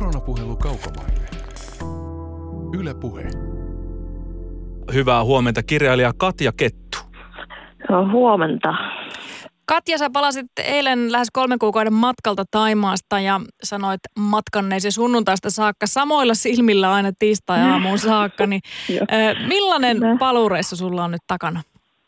Koronapuhelu Kaukomaille. Yle Puhe. Hyvää huomenta, kirjailija Katja Kettu. No, huomenta. Katja, sä palasit eilen lähes 3 kuukauden matkalta Thaimaasta ja sanoit matkanneesi sunnuntaista saakka samoilla silmillä aina tiistai-aamuun saakka. Niin, millainen paluureissu sulla on nyt takana?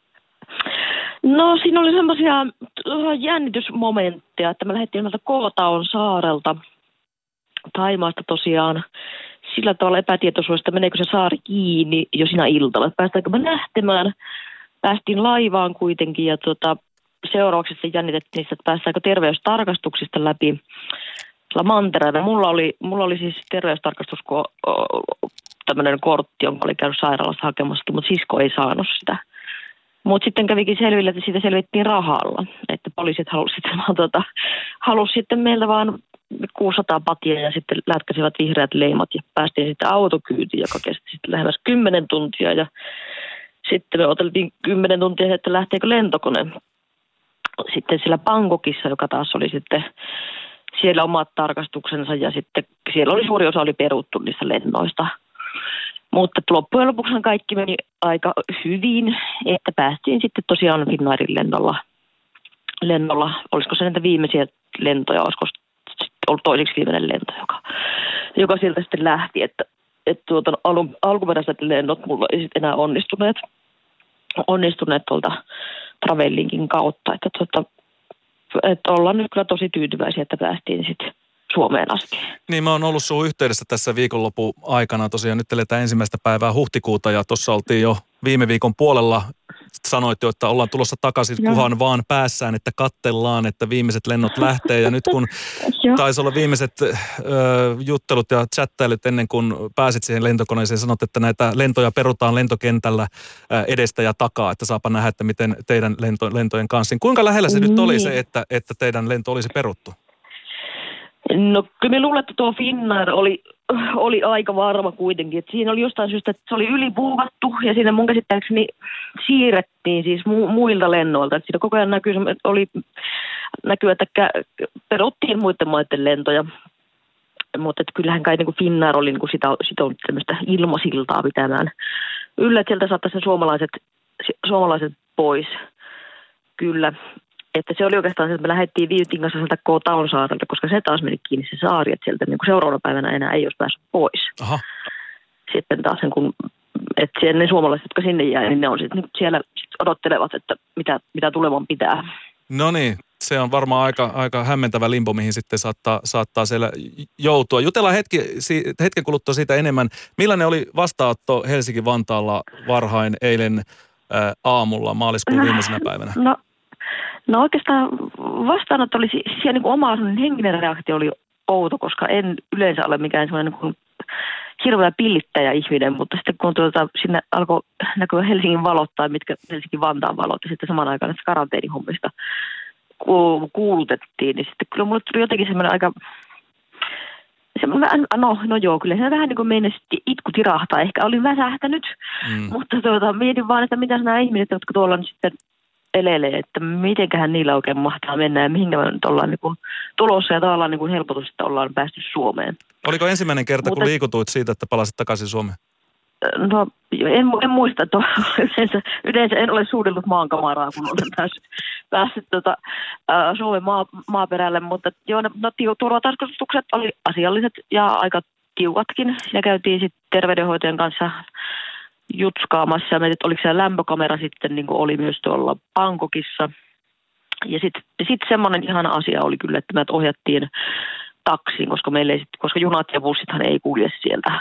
No, siinä oli semmoisia jännitysmomentteja, että me lähdettiin sieltä Koh-Taon saarelta Thaimaasta tosiaan sillä tavalla epätietoisuudesta, meneekö se saari kiinni jo siinä iltalla. Päästäänkö me lähtemään? Päästiin laivaan kuitenkin ja seuraavaksi sitten jännitettiin, että päästäänkö terveystarkastuksista läpi mantereella. Mulla oli siis terveystarkastus, tämmöinen kortti, jonka oli käynyt sairaalassa hakemassa, mutta sisko ei saanut sitä. Mutta sitten kävikin selville, että siitä selvittiin rahalla. Että poliisit halusi sitten meiltä vaan 600 patia ja sitten lätkäsivät vihreät leimat ja päästiin sitten autokyytiin, joka kesti sitten lähemmäs 10 tuntia. Ja sitten me oteltiin 10 tuntia, että lähteekö lentokone. Sitten siellä Bangkokissa, joka taas oli sitten siellä omat tarkastuksensa ja sitten siellä oli suuri osa oli peruttu niistä lennoista. Mutta loppujen lopuksi kaikki meni aika hyvin, että päästiin sitten tosiaan Finnairin lennolla. Olisiko se näitä viimeisiä lentoja, olisiko ollut toiseksi viimeinen lento, joka sieltä sitten lähti, että alkuperäiset lennot mulla ei sitten enää onnistuneet tuolta Travellinkin kautta, että ollaan nyt kyllä tosi tyytyväisiä, että päästiin sitten Suomeen asti. Niin, mä oon ollut sun yhteydessä tässä viikonlopun aikana. Tosiaan nyt eletään ensimmäistä päivää huhtikuuta ja tuossa oltiin jo viime viikon puolella. Sanoit jo, että ollaan tulossa takaisin, kunhan vaan päässään, että katsellaan, että viimeiset lennot lähtee. Ja nyt kun taisi olla viimeiset juttelut ja chattailut ennen kuin pääsit siihen lentokoneeseen, sanot, että näitä lentoja perutaan lentokentällä edestä ja takaa, että saapa nähdä, että miten teidän lentojen kanssa. Kuinka lähellä se nyt oli se, että teidän lento olisi peruttu? No kyllä me luulen, että tuo Finnair oli aika varma kuitenkin. Että siinä oli jostain syystä, että se oli ylibuukattu ja siinä mun käsittääkseni siirrettiin siis muilta lennoilta. Että siinä koko ajan näkyy, että peruttiin muiden maiden lentoja. Mutta kyllähän kai niin kuin Finnair oli niin kuin sitoutunut tämmöistä ilmasiltaa pitämään yllä, että sieltä saattaisi suomalaiset pois. Kyllä. Että se oli oikeastaan se, että me lähdettiin Viitin kanssa sieltä Koh-Taon saarelta, koska se taas meni kiinni se saari, että sieltä niin kuin seuraavana päivänä enää ei olisi päässyt pois. Aha. Sitten taas että ne suomalaiset, jotka sinne jäi, niin ne on sitten siellä odottelevat, että mitä tulevan pitää. No niin, se on varmaan aika hämmentävä limbo, mihin sitten saattaa siellä joutua. Jutellaan hetken kuluttua siitä enemmän. Millainen oli vastaanotto Helsinki-Vantaalla varhain eilen aamulla maaliskuun viimeisenä päivänä? No oikeastaan vastaanotto oli siellä niin kuin oma henkinen reaktio oli outo, koska en yleensä ole mikään sellainen niin hirveä pillittäjä ihminen, mutta sitten kun sinne alkoi näkyä Helsingin valot tai mitkä Helsingin Vantaan valot ja sitten saman aikaan näistä karanteenihommista kuulutettiin, niin sitten kyllä mulle tuli jotenkin semmoinen aika, no joo, kyllä se vähän niin kuin meinasi itku tirahtaa, ehkä olin väsähtänyt, mutta mietin vaan, että mitä nämä ihmiset, jotka tuolla nyt sitten elelee, että mitenköhän niillä oikein mahtaa mennä ja mihinkä me nyt ollaan niin kuin tulossa ja tavallaan niin kuin helpotus, että ollaan päästy Suomeen. Oliko ensimmäinen kerta, kun liikutuit siitä, että palasit takaisin Suomeen? No, en muista, että yleensä en ole suudellut maankamaraa, kun olen päässyt Suomen maaperälle, mutta joo, turvatarkastukset oli asialliset ja aika tiukatkin. Siinä käytiin sitten terveydenhoitajan kanssa jutskaamassa ja mietit, oliko siellä lämpökamera sitten, niin kuin oli myös tuolla Bangkokissa. Ja sitten semmoinen ihana asia oli kyllä, että me ohjattiin taksiin, koska junat ja bussithan ei kulje sieltä.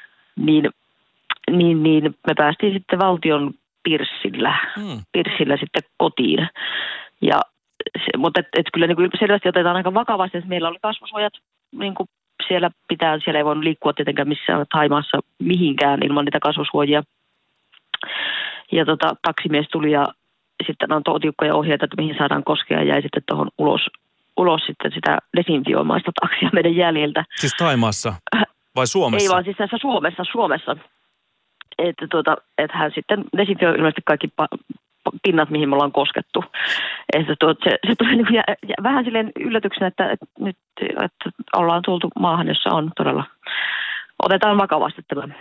Niin me päästiin sitten valtion pirssillä sitten kotiin. Ja mutta kyllä niin kuin selvästi otetaan aika vakavasti, että meillä oli kasvosuojat, niin kuin siellä ei voinut liikkua tietenkään missään Thaimaassa mihinkään ilman niitä kasvosuojia. Ja taksimies tuli ja sitten antoi tiukkoja ohjeita, että mihin saadaan koskea ja jäi sitten tuohon ulos sitten sitä desinfioimaista taksia meidän jäljiltä. Siis Thaimaassa vai Suomessa? Ei vaan siis tässä Suomessa. Että hän sitten desinfioi ilmeisesti kaikki pinnat, mihin me ollaan koskettu. Että se tuli niin kuin vähän silleen yllätyksenä, että nyt että ollaan tultu maahan, jossa on todella, otetaan vakavasti tämä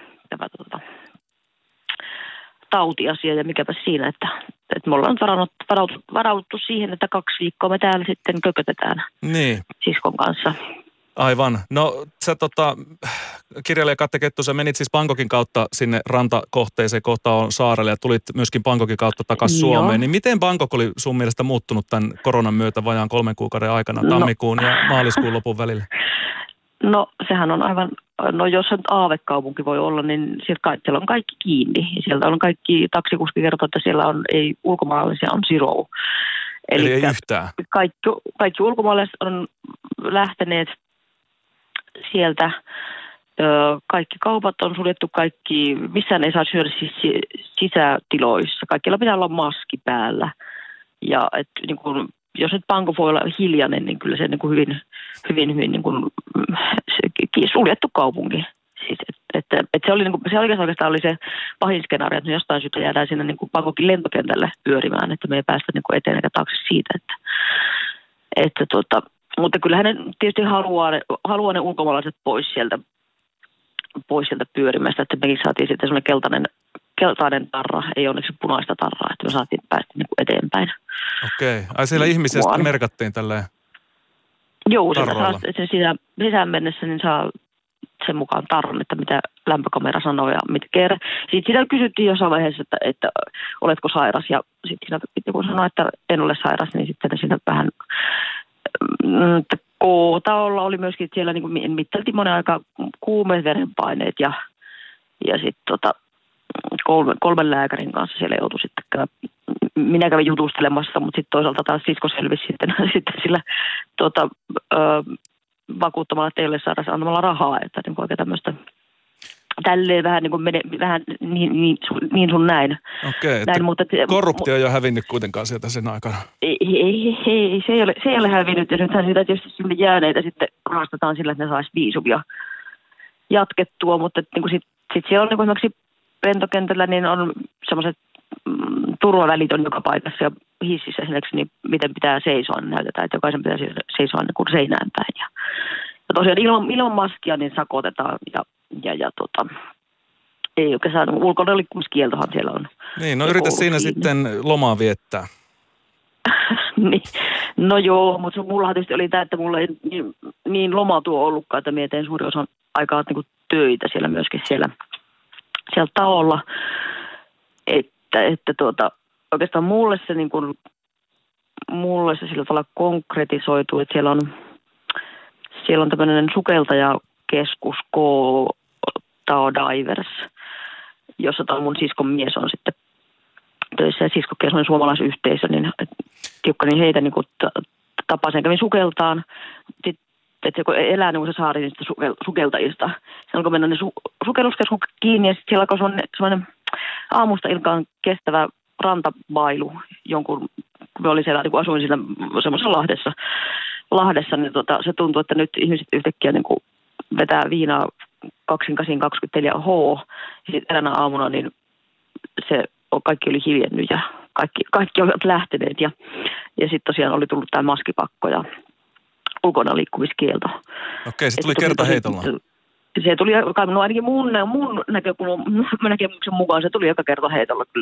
tautiasia ja mikäpä siinä, että me ollaan varauduttu siihen, että 2 viikkoa me täällä sitten kökötetään siskon kanssa. Aivan. No sä kirjailija Katja Kettu, sä menit siis Bangkokin kautta sinne rantakohteeseen kohtaan saarelle ja tulit myöskin Bangkokin kautta takaisin Suomeen. Niin miten Bangkok oli sun mielestä muuttunut tämän koronan myötä vajaan 3 kuukauden aikana, tammikuun ja maaliskuun lopun välillä? No sehän on aivan, jos se nyt aavekaupunki voi olla, niin siellä on kaikki kiinni. Sieltä on kaikki, taksikuski kertoo, että siellä ei ulkomaalaisia, on zero. Eli ei yhtään. Kaikki ulkomaalaiset on lähteneet sieltä. Kaikki kaupat on suljettu, missään ei saa syödä sisätiloissa. Kaikilla pitää olla maski päällä. Ja niin kun, jos nyt Bangkok voi olla hiljainen, niin kyllä se niin kuin hyvin niin kuin, suljettu kaupunki. Siis, se oli niin kuin, se oikeastaan oli se pahin skenaario, että me jostain syystä jäädään sinne niin kuin Bangkokin lentokentälle pyörimään, että me ei päästä niin kuin eteen eikä taakse siitä. Mutta kyllähän ne tietysti haluaa ne ulkomaalaiset pois sieltä pyörimästä, että mekin saatiin sitten semmoinen keltainen tarra, ei onneksi punaista tarraa, että me saatiin päästä niin kuin eteenpäin. Okei. Ai siellä ihmisiä sitten merkattiin tälleen Joo, sen sisään mennessä niin saa sen mukaan tarran, että mitä lämpökamera sanoo ja mitkä. Sitten sitä kysyttiin jossain vaiheessa, että oletko sairas, ja sitten siinä kun sanoi, että en ole sairas, niin sitten siinä vähän K-taolla oli myöskin siellä, niin kuin mitteltiin monen aikaa kuumeet verenpaineet ja sitten 3 lääkärin kanssa siellä joutui sitten minä kävin jutustelemassa, mutta sitten toisaalta taas sisko selvisi sitten sillä vakuuttamalla, että ei ole saada antamalla rahaa, että niin oikein tämmöistä tälleen vähän niin kuin vähän niin sun näin. Okei, näin, mutta korruptio ei ole hävinnyt kuitenkaan sieltä sen aikana. Ei, se ei ole hävinnyt, ja nythän sitä tietysti sinne jääneitä sitten raastetaan sillä, että ne saisi viisumia jatkettua, mutta niin kuin sit siellä on niin kuin esimerkiksi lentokentällä, niin on semmoiset turvavälit on joka paikassa, ja hississä esimerkiksi, niin miten pitää seisoa, niin näytetään, että jokaisen pitää seisoa niin kuin seinään päin. Ja tosiaan ilman maskia niin sakotetaan, ja ei oikein saada, ulkona liikkumiskieltohan siellä on. Niin, no yritä siinä sitten lomaa viettää. Niin. No joo, mutta mullahan tietysti oli tämä, että mulla ei niin loma tuo ollutkaan, että mietin suuri osa aikaa niin kuin töitä siellä myöskin siellä taolla, että oikeastaan mulle se sillä tavalla konkretisoituu, että siellä on tämmöinen sukeltajakeskus Tao Divers, jossa tämä mun siskon mies on sitten töissä, ja siskokin on suomalaisyhteisö, niin tiukkanin heitä niin tapasin, kävin sukeltaan. Sitten, että kun elää niin se saari niistä sukeltajista, se alkoi mennä ne sukelluskeskukset kiinni, ja sitten siellä alkoi sellainen aamusta ilkaan kestävä rantabailu, kun me oli siellä, kun asuin siinä semmoisessa Lahdessa, niin se tuntui, että nyt ihmiset yhtäkkiä niin vetää viinaa 24H, ja sitten eräänä aamuna niin kaikki oli hiljennyt ja kaikki olivat lähteneet, ja sitten tosiaan oli tullut tämä maskipakko ja ulkona liikkumiskielto. Okei, se tuli kertaheitolla. Se tuli, no ainakin mun näkemyksen mukaan se oli aika kertaheitolla kyllä.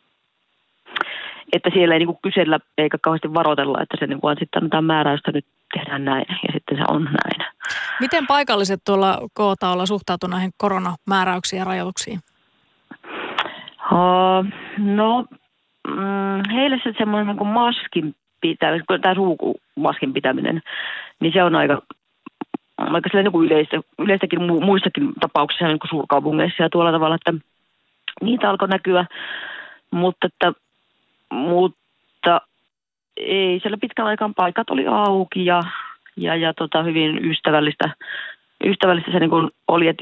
Että siellä ei niinku kysellä eikä kauheasti varoitella, että se niinku vaan sitten annetaan määräystä, nyt tehdään näin, ja sitten se on näin. Miten paikalliset tuolla K-taolla suhtautuivat näihin koronamääräyksiin ja rajoituksiin? No, heille se semmoinen niin kuin maskin pitäminen, tämä sulkumaskin pitäminen, niin se on aika niin kuin yleistäkin muissakin tapauksissa niin kuin suurkaupungeissa ja tuolla tavalla, että niitä alkoi näkyä, mutta ei siellä pitkän aikaan paikat oli auki ja hyvin ystävällistä se niin kuin oli, että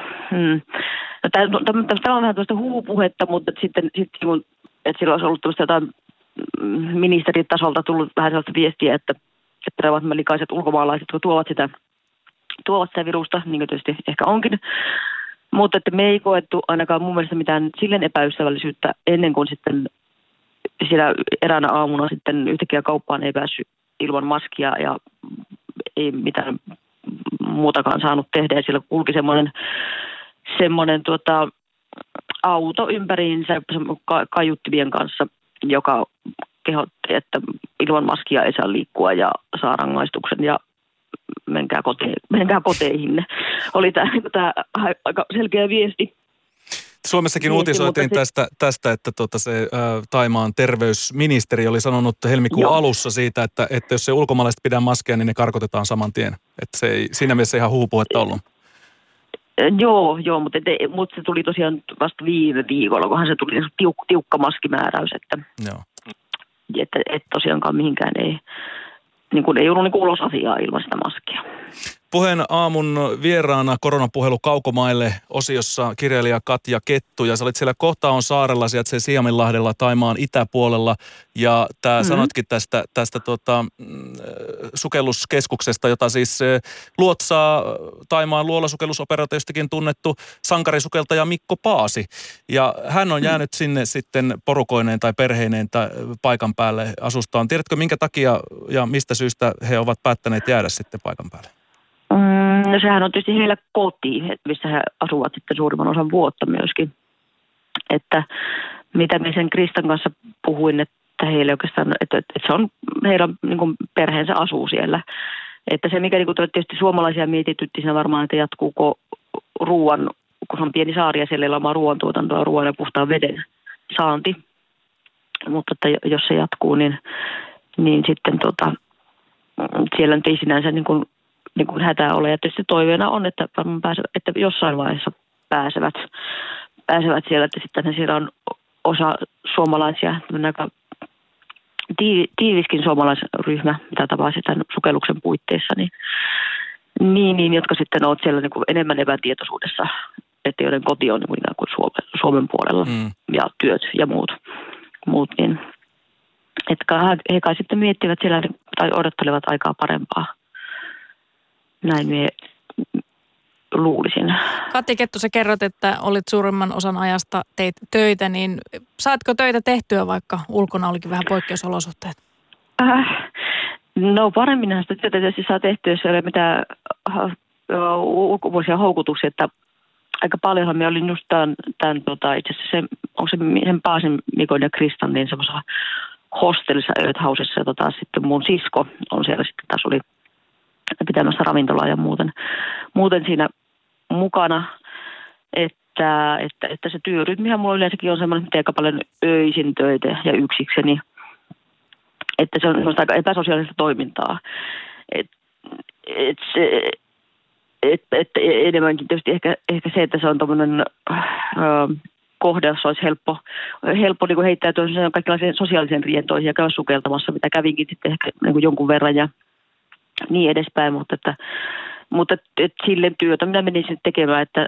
tämä on vähän tällaista huupuhetta, mutta sitten että sillä olisi ollut tällaista jotain ministeritasolta tullut vähän sellaista viestiä, että ne ovat likaiset ulkomaalaiset, jotka tuovat sitä virusta, niin kuin tietysti ehkä onkin. Mutta että me ei koettu ainakaan mun mielestä mitään silleen epäystävällisyyttä ennen kuin sitten siellä eräänä aamuna sitten yhtäkkiä kauppaan ei päässyt ilman maskia ja ei mitään muutakaan saanut tehdä. Ja siellä kulki semmoinen auto ympäriinsä kaiuttimien kanssa, joka kehotti, että ilman maskia ei saa liikkua ja saa rangaistuksen ja menkää koteihinne. Oli tämä aika selkeä viesti. Suomessakin uutisoitiin tästä, että se Thaimaan terveysministeri oli sanonut helmikuun alussa siitä, että jos se ulkomaalaiset pidä maskeja, niin ne karkotetaan saman tien. Että se ei siinä mielessä ihan huhupuhetta ollut. Joo, mutta se tuli tosiaan vasta viime viikolla, kunhan se tuli tiukka maskimääräys, että tosiaankaan mihinkään ei ollut ulos asiaa ilman sitä maskia. Puheen aamun vieraana koronapuhelu Kaukomaille -osiossa kirjailija Katja Kettu, ja sä olit siellä Kohtaon saarella, sijaitsee Siaminlahdella Thaimaan itäpuolella, ja sanotkin tästä sukelluskeskuksesta, jota siis luotsaa Thaimaan luolasukellusoperaatiostakin tunnettu sankarisukeltaja Mikko Paasi, ja hän on jäänyt sinne sitten porukoineen tai perheineen paikan päälle asustaan. Tiedätkö, minkä takia ja mistä syystä he ovat päättäneet jäädä sitten paikan päälle? No sehän on tietysti heillä koti, missä he asuvat sitten suurimman osan vuotta myöskin. Että mitä me sen Kristan kanssa puhuin, että heille oikeastaan, että se on heidän niin kuin perheensä asuu siellä. Että se mikä niin kuin tietysti suomalaisia mietitytti siinä varmaan, että jatkuuko ruoan, kun se on pieni saari ja siellä ei ole omaa ruoantuotantoa, ruoan ja puhtaan veden saanti. Mutta että jos se jatkuu, niin sitten siellä nyt ei sinänsä niin kuin hätää ole. Ja tietysti toiveena on, että varmaan että jossain vaiheessa pääsevät siellä, että sitten siellä on osa suomalaisia, aika tiiviskin suomalaisryhmä, mitä tapasi tämän sukelluksen puitteissa, niin jotka sitten ovat siellä niin kuin enemmän epätietoisuudessa, että joiden koti on niin kuin Suomen puolella ja työt ja muut niin. Että he kai sitten miettivät siellä tai odottelevat aikaa parempaa. Näin minä luulisin. Katja Kettu, sä kerrot, että olit suurimman osan ajasta teit töitä, niin saatko töitä tehtyä, vaikka ulkona olikin vähän poikkeusolosuhteet? No paremminhan sitä työtä tietysti saa tehtyä, jos ei ole mitään ulkopuolisia houkutuksia, että aika paljonhan me olin just tämän itse asiassa sen Paasin Mikon ja Kristan niin semmoisessa hostelissa Earth Housessa, ja sitten mun sisko on siellä sitten taas oli pitämässä ravintolaa ja muuten siinä mukana, että se työrytmihän mulla yleensäkin on semmoinen, että aika paljon öisin töitä ja yksikseni, että se on semmoista aika epäsosiaalista toimintaa, että enemmänkin tietysti ehkä se, että se on tommoinen kohde, jossa olisi helppo niin kuin heittäytyä kaikenlaiseen sosiaaliseen rientoihin ja käydä sukeltamassa, mitä kävinkin sitten ehkä niin kuin jonkun verran ja niin edespäin, mutta sille työtä minä menisin tekemään, että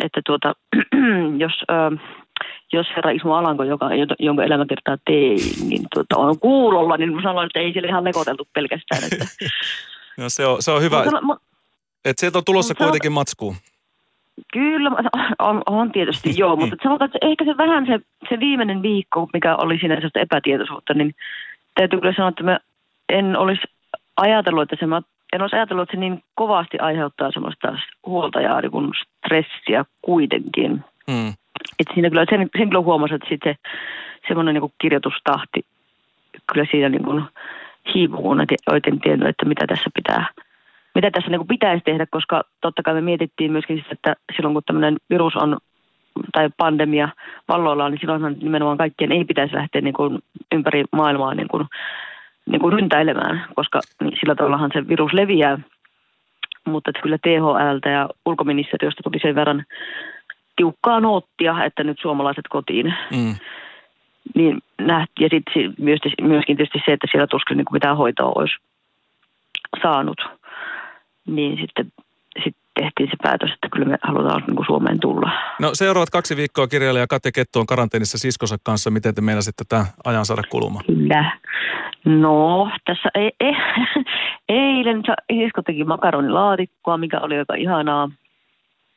jos herra Ismo Alanko, jonka elämäkertaa tein, niin on kuulolla, niin sanoin, että ei sille ihan lekoteltu pelkästään. Että. No se on hyvä, että sieltä on tulossa kuitenkin matskua. Kyllä, on tietysti joo, mutta sanotaan, että ehkä se vähän se viimeinen viikko, mikä oli siinä sellaista epätietoisuutta, niin täytyy kyllä sanoa, että mä en olisi ajatellut, että se niin kovasti aiheuttaa semmoista huolta ja niin kuin stressiä kuitenkin. Että siinä kyllä, sen kyllä huomasi, että sitten semmoinen niin kuin kirjoitustahti kyllä siinä niin kuin hiipui, kun oikein tiennyt, että mitä tässä niin kuin pitäisi tehdä, koska totta kai me mietittiin myöskin, että silloin kun tämmöinen virus on tai pandemia valloillaan, niin silloinhan nimenomaan kaikkien ei pitäisi lähteä niin kuin ympäri maailmaa niin kuin ryntäilemään, koska sillä tavallahan se virus leviää. Mutta että kyllä THL:ltä ja ulkoministeriöstä tuli sen verran tiukkaa noottia, että nyt suomalaiset kotiin. Niin ja sitten myöskin tietysti se, että siellä tuskin niin mitään hoitoa olisi saanut. Niin sitten tehtiin se päätös, että kyllä me halutaan niin kuin Suomeen tulla. No seuraavat 2 viikkoa kirjailija Katja Kettu on karanteenissa siskonsa kanssa. Miten te meinasitte tätä ajan saada kulumaan? Kyllä. No, tässä eilen sisko teki makaronilaatikkoa, mikä oli aika ihanaa.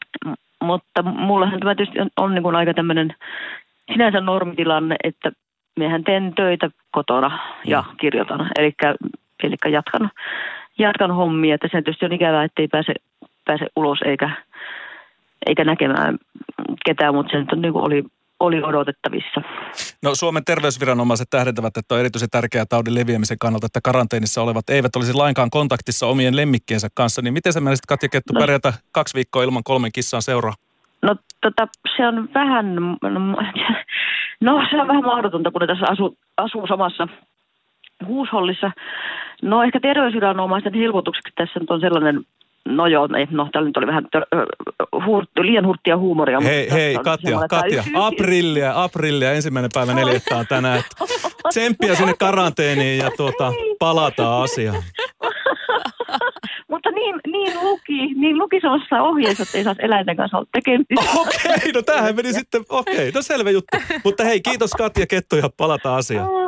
Mutta mullahan tämä tietysti on niin kuin aika tämmöinen sinänsä normitilanne, että Miehän teen töitä kotona ja kirjoitan. Eli jatkan hommia. Että sen tietysti on ikävää, ettei pääse ulos eikä näkemään ketään, mutta se nyt on niin kuin oli odotettavissa. No Suomen terveysviranomaiset tähdentävät, että on erityisen tärkeää taudin leviämisen kannalta, että karanteenissa olevat eivät olisi lainkaan kontaktissa omien lemmikkiensä kanssa. Niin miten sä menisit, Katja Kettu, pärjätä 2 viikkoa ilman 3 kissan seuraa? No se on vähän, se on vähän mahdotonta, kun ne tässä asuu samassa huushollissa. No ehkä terveysviranomaisten helpotukseksi tässä nyt on sellainen, täällä nyt oli vähän liian hurttia huumoria. Hei Katja, aprillia, 1.4. on tänään. Tsemppiä sinne karanteeniin ja palataan asiaan. Mutta niin luki semmoisessa ohjeessa, että ei saisi eläinten kanssa olla tekemistä. Okei, no tämähän meni sitten, no selvä juttu. Mutta hei, kiitos Katja Kettu ja palataan asiaan.